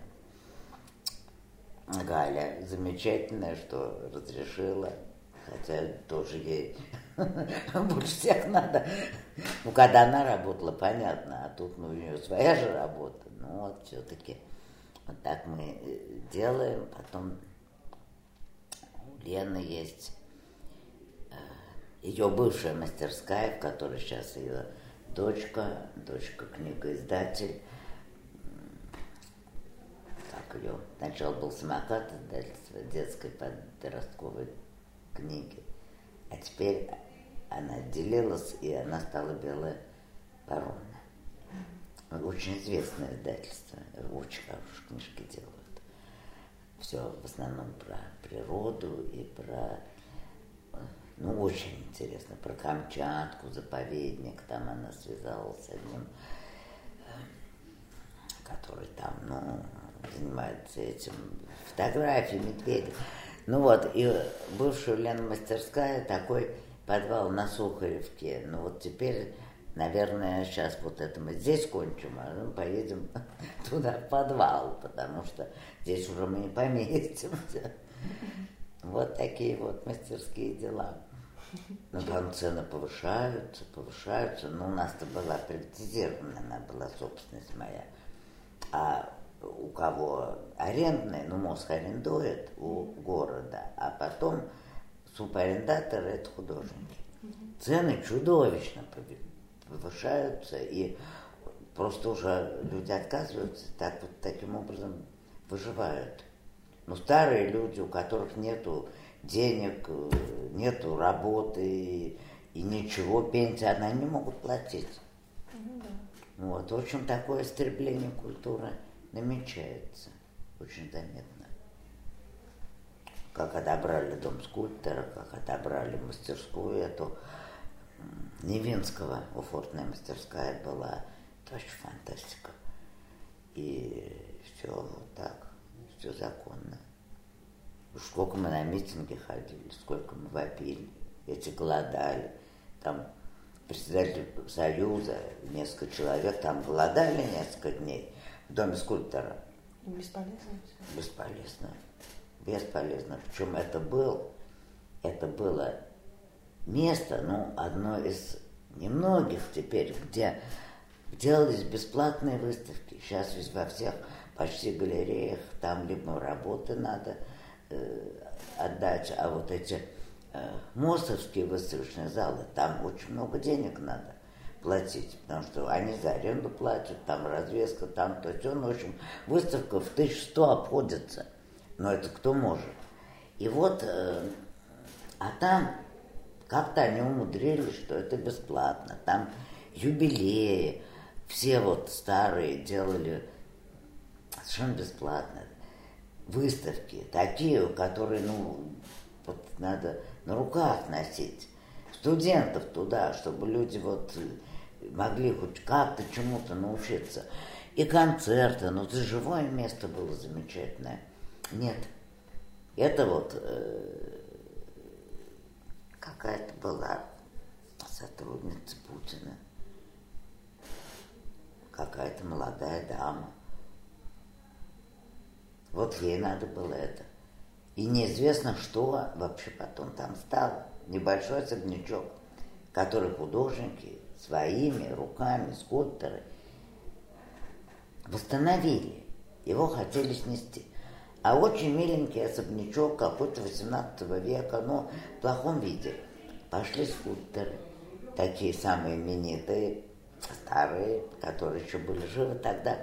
Галя замечательная, что разрешила, хотя тоже ей больше всех надо. Ну, когда она работала, понятно, а тут ну, у нее своя же работа. Ну вот все-таки вот так мы делаем. Потом у Лены есть ее бывшая мастерская, в которой сейчас ее дочка книгоиздатель. Как ее? Сначала был самокат, издательство детской подростковой книги. А теперь она отделилась, и она стала «Белая ворона». Очень известное издательство, очень хорошие книжки делают. Все в основном про природу и про... Ну, очень интересно, про Камчатку, заповедник, там она связалась с одним, который там, ну, занимается этим, фотографии медведя. Ну вот, и бывшая Ленмастерская, такой подвал на Сухаревке. Ну вот теперь, наверное, сейчас вот это мы здесь кончим, а мы поедем туда, в подвал, потому что здесь уже мы не поместимся. Вот такие вот мастерские дела. Но там цены повышаются. Но у нас-то была приватизирована, она была собственность моя. А у кого арендная, ну, МОЗ арендует у города, а потом субарендаторы – это художники. Цены чудовищно повышаются, и просто уже люди отказываются, так вот таким образом выживают. Но старые люди, у которых нету денег, нету работы и ничего, пенсии, она не могут платить. Вот, в общем, такое истребление культуры намечается очень заметно. Как отобрали дом скульптора, как отобрали мастерскую эту Невинского, уфортная мастерская была. Это вообще фантастика. И все вот так, все законно. Сколько мы на митинги ходили, сколько мы вопили, эти голодали. Там председатель Союза, несколько человек там голодали несколько дней в доме скульптора. Бесполезно все. Бесполезно. Причем это было место, ну, одно из немногих теперь, где делались бесплатные выставки. Сейчас ведь во всех почти галереях там либо работы надо отдать, а вот эти МОСовские выставочные залы, там очень много денег надо платить, потому что они за аренду платят, там развеска, там то все. Ну, в общем, выставка в 1100 обходится, но это кто может. И вот, а там как-то они умудрились, что это бесплатно, там юбилеи, все вот старые делали совершенно бесплатно. Выставки такие, которые, ну, вот надо на руках носить. Студентов туда, чтобы люди вот могли хоть как-то чему-то научиться. И концерты, ну, это живое место было замечательное. Нет, это вот какая-то была сотрудница Путина, какая-то молодая дама. Вот ей надо было это. И неизвестно, что вообще потом там стало. Небольшой особнячок, который художники своими руками, скульпторы восстановили. Его хотели снести. А очень миленький особнячок какой-то 18 века, но в плохом виде. Пошли скульпторы, такие самые именитые, старые, которые еще были живы тогда.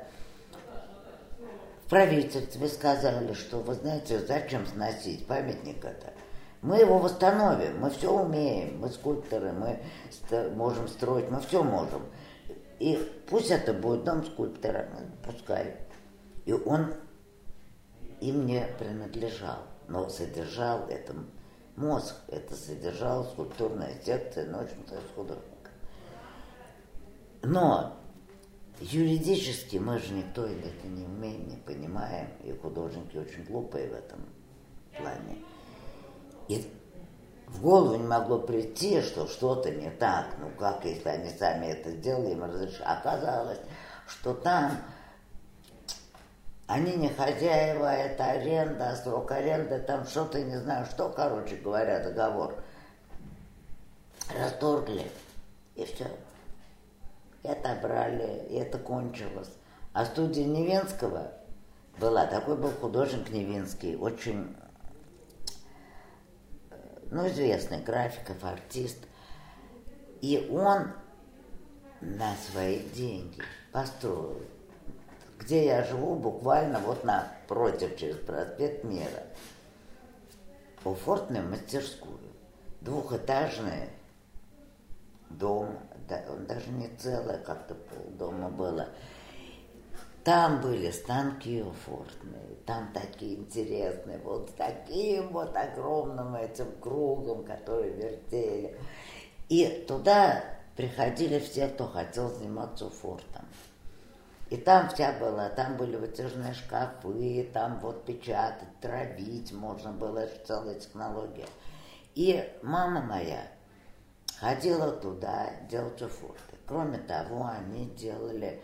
В правительстве сказали, что, вы знаете, зачем сносить памятник это? Мы его восстановим, мы все умеем, мы скульпторы, мы можем строить, мы все можем. И пусть это будет дом скульптора, пускай. И он им не принадлежал, но содержал это мозг, это содержала скульптурная секция научного союза художников. Но юридически мы же никто это не умеем, не понимаем, и художники очень глупые в этом плане. И в голову не могло прийти, что что-то не так, ну как, если они сами это сделали, им разрешили. Оказалось, что там они не хозяева, это аренда, срок аренды, там что-то, не знаю, что, короче говоря, договор расторгли, и все. И отобрали, и это кончилось. А студия Невинского была, такой был художник Невинский, очень, ну, известный графиков, артист. И он на свои деньги построил, где я живу, буквально вот напротив, через проспект Мира, уфортную мастерскую, двухэтажный дом, он даже не целое, как-то полдома было. Там были станки уфортные, там такие интересные, вот с таким вот огромным этим кругом, который вертели. И туда приходили все, кто хотел заниматься уфортом. И там вся была, там были вытяжные шкафы, там вот печатать, травить можно было, это целая технология. И мама моя ходила туда делать форты. Кроме того, они делали,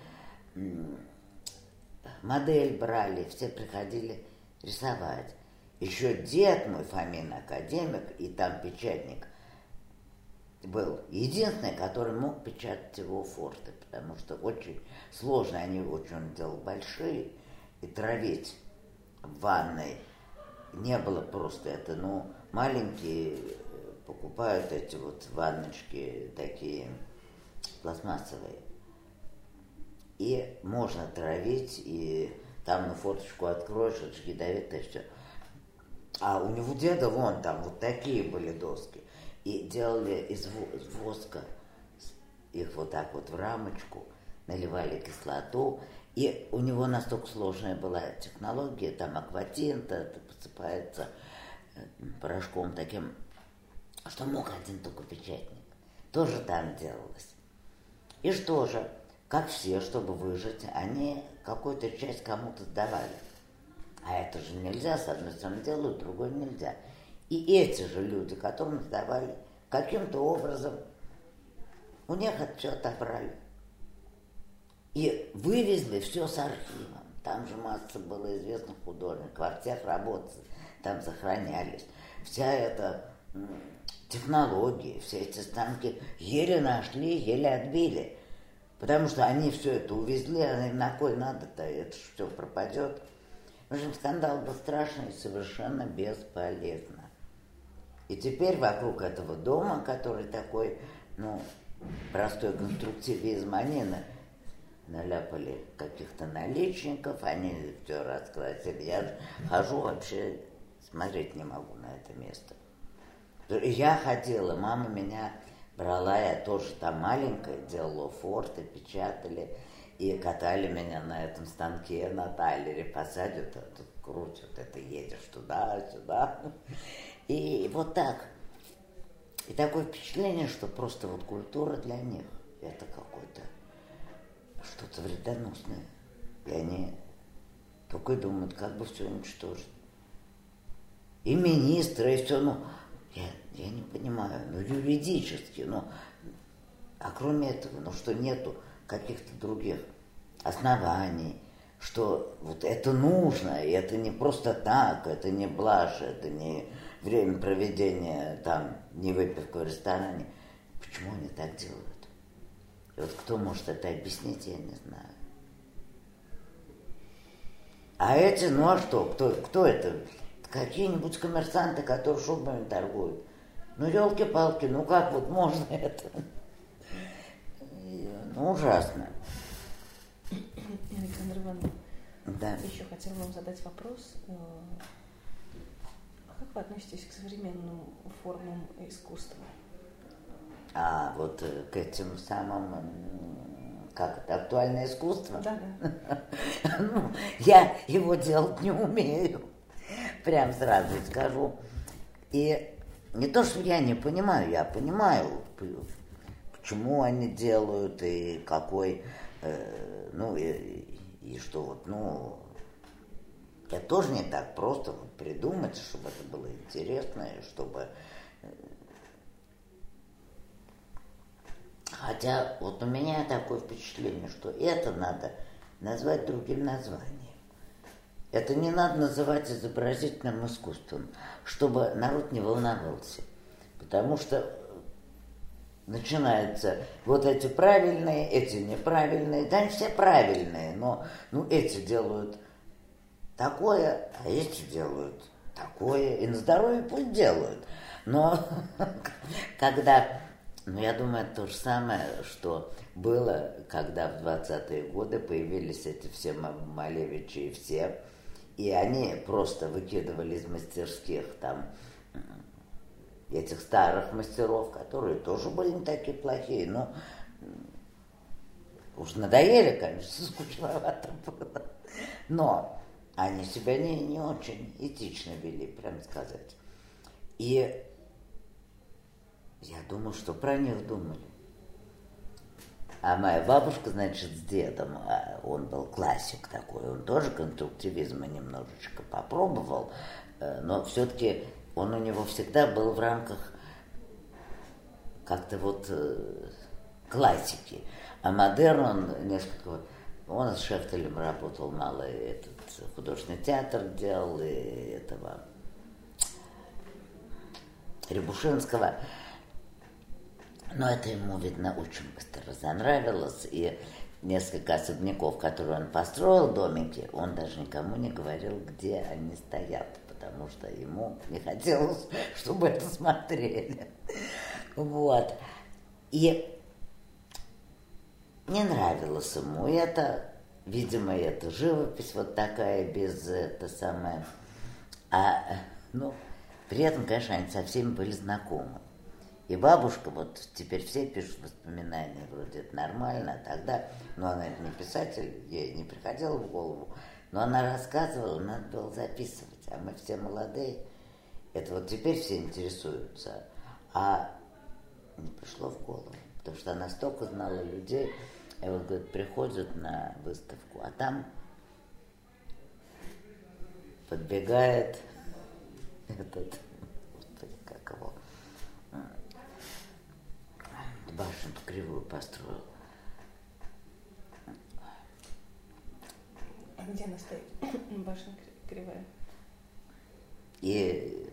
модель брали, все приходили рисовать. Еще дед мой, Фомин академик, и там печатник, был единственный, который мог печатать его форты, потому что очень сложно, они очень он делал большие, и травить в ванной не было просто это, ну, маленькие покупают эти вот ванночки такие пластмассовые, и можно травить, и там на форточку откроешь, это же ядовитое все. А у него деда вон там вот такие были доски. И делали из воска, их вот так вот в рамочку, наливали кислоту. И у него настолько сложная была технология, там акватинта, это посыпается порошком таким, что мог один только печатник. Тоже там делалось. И что же, как все, чтобы выжить, они какую-то часть кому-то сдавали. А это же нельзя, с одной стороны делают, другой нельзя. И эти же люди, которым сдавали, каким-то образом у них это все отобрали. И вывезли все с архивом. Там же масса было известных художников, во всех работ там сохранялись. Вся эта технология, все эти станки еле нашли, еле отбили. Потому что они все это увезли, а на кой надо-то, это же все пропадет. В общем, скандал был страшный и совершенно бесполезно. И теперь вокруг этого дома, который такой, ну, простой конструктивизм, они наляпали каких-то наличников, они все раскрасили. Я хожу вообще, смотреть не могу на это место. Я ходила, мама меня брала, я тоже там маленькая, делала форты, печатали. И катали меня на этом станке, на тайлере, посадят, тут крутят, это едешь туда-сюда. И вот так. И такое впечатление, что просто вот культура для них это какое-то что-то вредоносное. И они только думают, как бы все уничтожить. И министры, и все, ну, я не понимаю, ну, юридически, ну, а кроме этого, ну, что нету каких-то других оснований, что вот это нужно, и это не просто так, это не блажь, это не время проведения там, не выпивка в ресторане. Почему они так делают? И вот кто может это объяснить, я не знаю. А эти, ну а что, кто это? Какие-нибудь коммерсанты, которые шубами торгуют. Ну, елки-палки, ну как вот можно это? Ну, ужасно. Александра Ивановна, да. Еще хотела вам задать вопрос. Как вы относитесь к современным формам искусства? А вот к этим самым, как это, актуальное искусство? Да. Ну, я его делать не умею, прям сразу скажу. И не то, что я не понимаю, я понимаю, почему они делают и какой, ну и что вот, ну, это тоже не так просто вот придумать, чтобы это было интересно, и чтобы... Хотя вот у меня такое впечатление, что это надо назвать другим названием. Это не надо называть изобразительным искусством, чтобы народ не волновался. Потому что начинаются вот эти правильные, эти неправильные, да, они все правильные, но ну, эти делают такое, а эти делают такое, и на здоровье пусть делают. Но когда, ну я думаю, это то же самое, что было, когда в 20-е годы появились эти все Малевичи и все, и они просто выкидывали из мастерских там этих старых мастеров, которые тоже были не такие плохие, но уж надоели, конечно, скучновато было. Но они себя не очень этично вели, прям сказать. И я думаю, что про них думали. А моя бабушка, значит, с дедом, он был классик такой, он тоже конструктивизма немножечко попробовал, но все-таки он у него всегда был в рамках как-то вот классики. А модерн он несколько... Он с Шефтелем работал мало, этот художественный театр делал, и этого Рябушинского. Но это ему, видно, очень быстро разонравилось, и несколько особняков, которые он построил, домики, он даже никому не говорил, где они стоят, потому что ему не хотелось, чтобы это смотрели. Вот. И не нравилось ему это, видимо, это живопись вот такая, без это самое. При этом, конечно, они со всеми были знакомы. И бабушка, вот теперь все пишут воспоминания, вроде это нормально, а тогда, она не писатель, ей не приходило в голову, но она рассказывала, надо было записывать, а мы все молодые, это вот теперь все интересуются, а не пришло в голову, потому что она столько знала людей, и вот, говорит, приходят на выставку, а там подбегает этот, господи, как его, башню кривую построил. А где она стоит? Башня кривая. И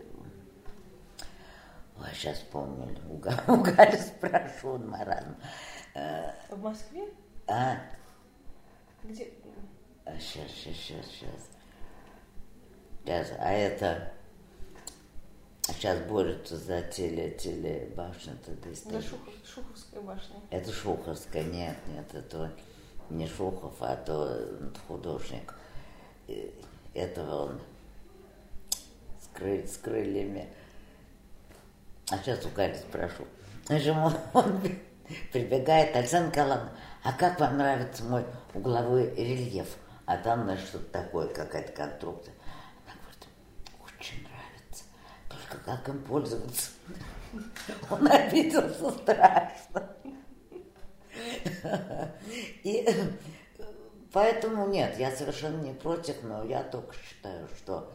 сейчас помню, у Галя спрошу, он маразм. В Москве? Где? Сейчас. А это... Сейчас борются за телебашню-то. За Шуховская башня. Это Шуховская, нет, это не Шухов, а то художник. Этого он с крыльями. А сейчас у Галя спрошу. Он прибегает, Александра Николаевна, а как вам нравится мой угловой рельеф? А там, значит, что-то такое, какая-то конструкция. Она говорит, очень нравится. Только как им пользоваться? Он обиделся страшно. И поэтому нет, я совершенно не против, но я только считаю, что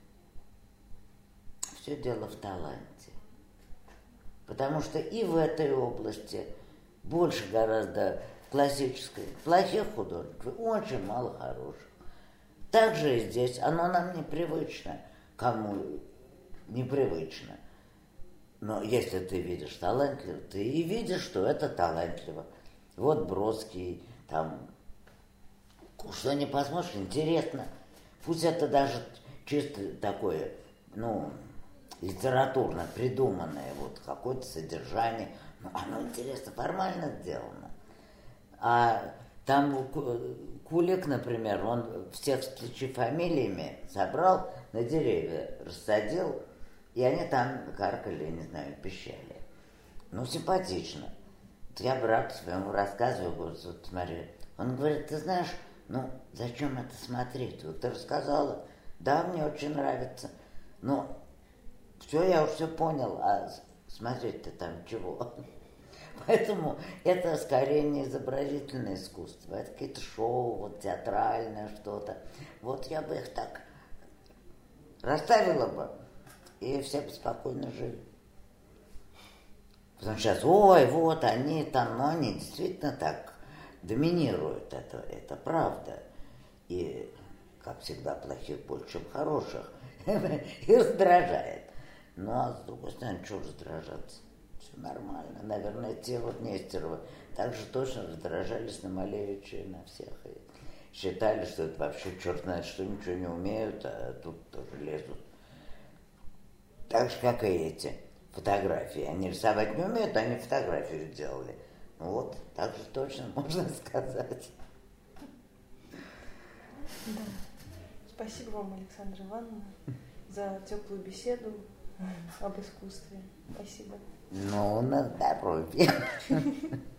все дело в таланте. Потому что и в этой области больше гораздо классической, плохих художников, очень мало хороших. Также и здесь, оно нам непривычно, кому непривычно. Но если ты видишь талантливо, ты и видишь, что это талантливо. Вот Бродский, там, что не посмотришь, интересно. Пусть это даже чисто такое, литературно придуманное, вот какое-то содержание, но оно интересно, формально сделано. А там Кулик, например, он всех с фамилиями собрал, на деревья рассадил, и они там каркали, не знаю, пищали. Симпатично. Я брату своему рассказываю, говорю, вот смотри. Он говорит, ты знаешь, зачем это смотреть? Вот ты рассказала, да, мне очень нравится, но все, я уже все понял, а смотреть-то там чего? Поэтому это скорее не изобразительное искусство, это какие-то шоу, вот театральное что-то. Вот я бы их так расставила бы, и все бы спокойно жили. Потому что сейчас, вот они там, но они действительно так доминируют, это правда. И, как всегда, плохих больше, чем хороших, и раздражает. А с другой стороны, чего раздражаться? Все нормально. Наверное, те вот Нестеровы также точно раздражались на Малевича и на всех. И считали, что это вообще черт знает, что ничего не умеют, а тут тоже лезут. Так же, как и эти фотографии. Они рисовать не умеют, они фотографию сделали. Вот, так же точно можно сказать. Да. Спасибо вам, Александра Ивановна, за теплую беседу об искусстве. Спасибо. На здоровье.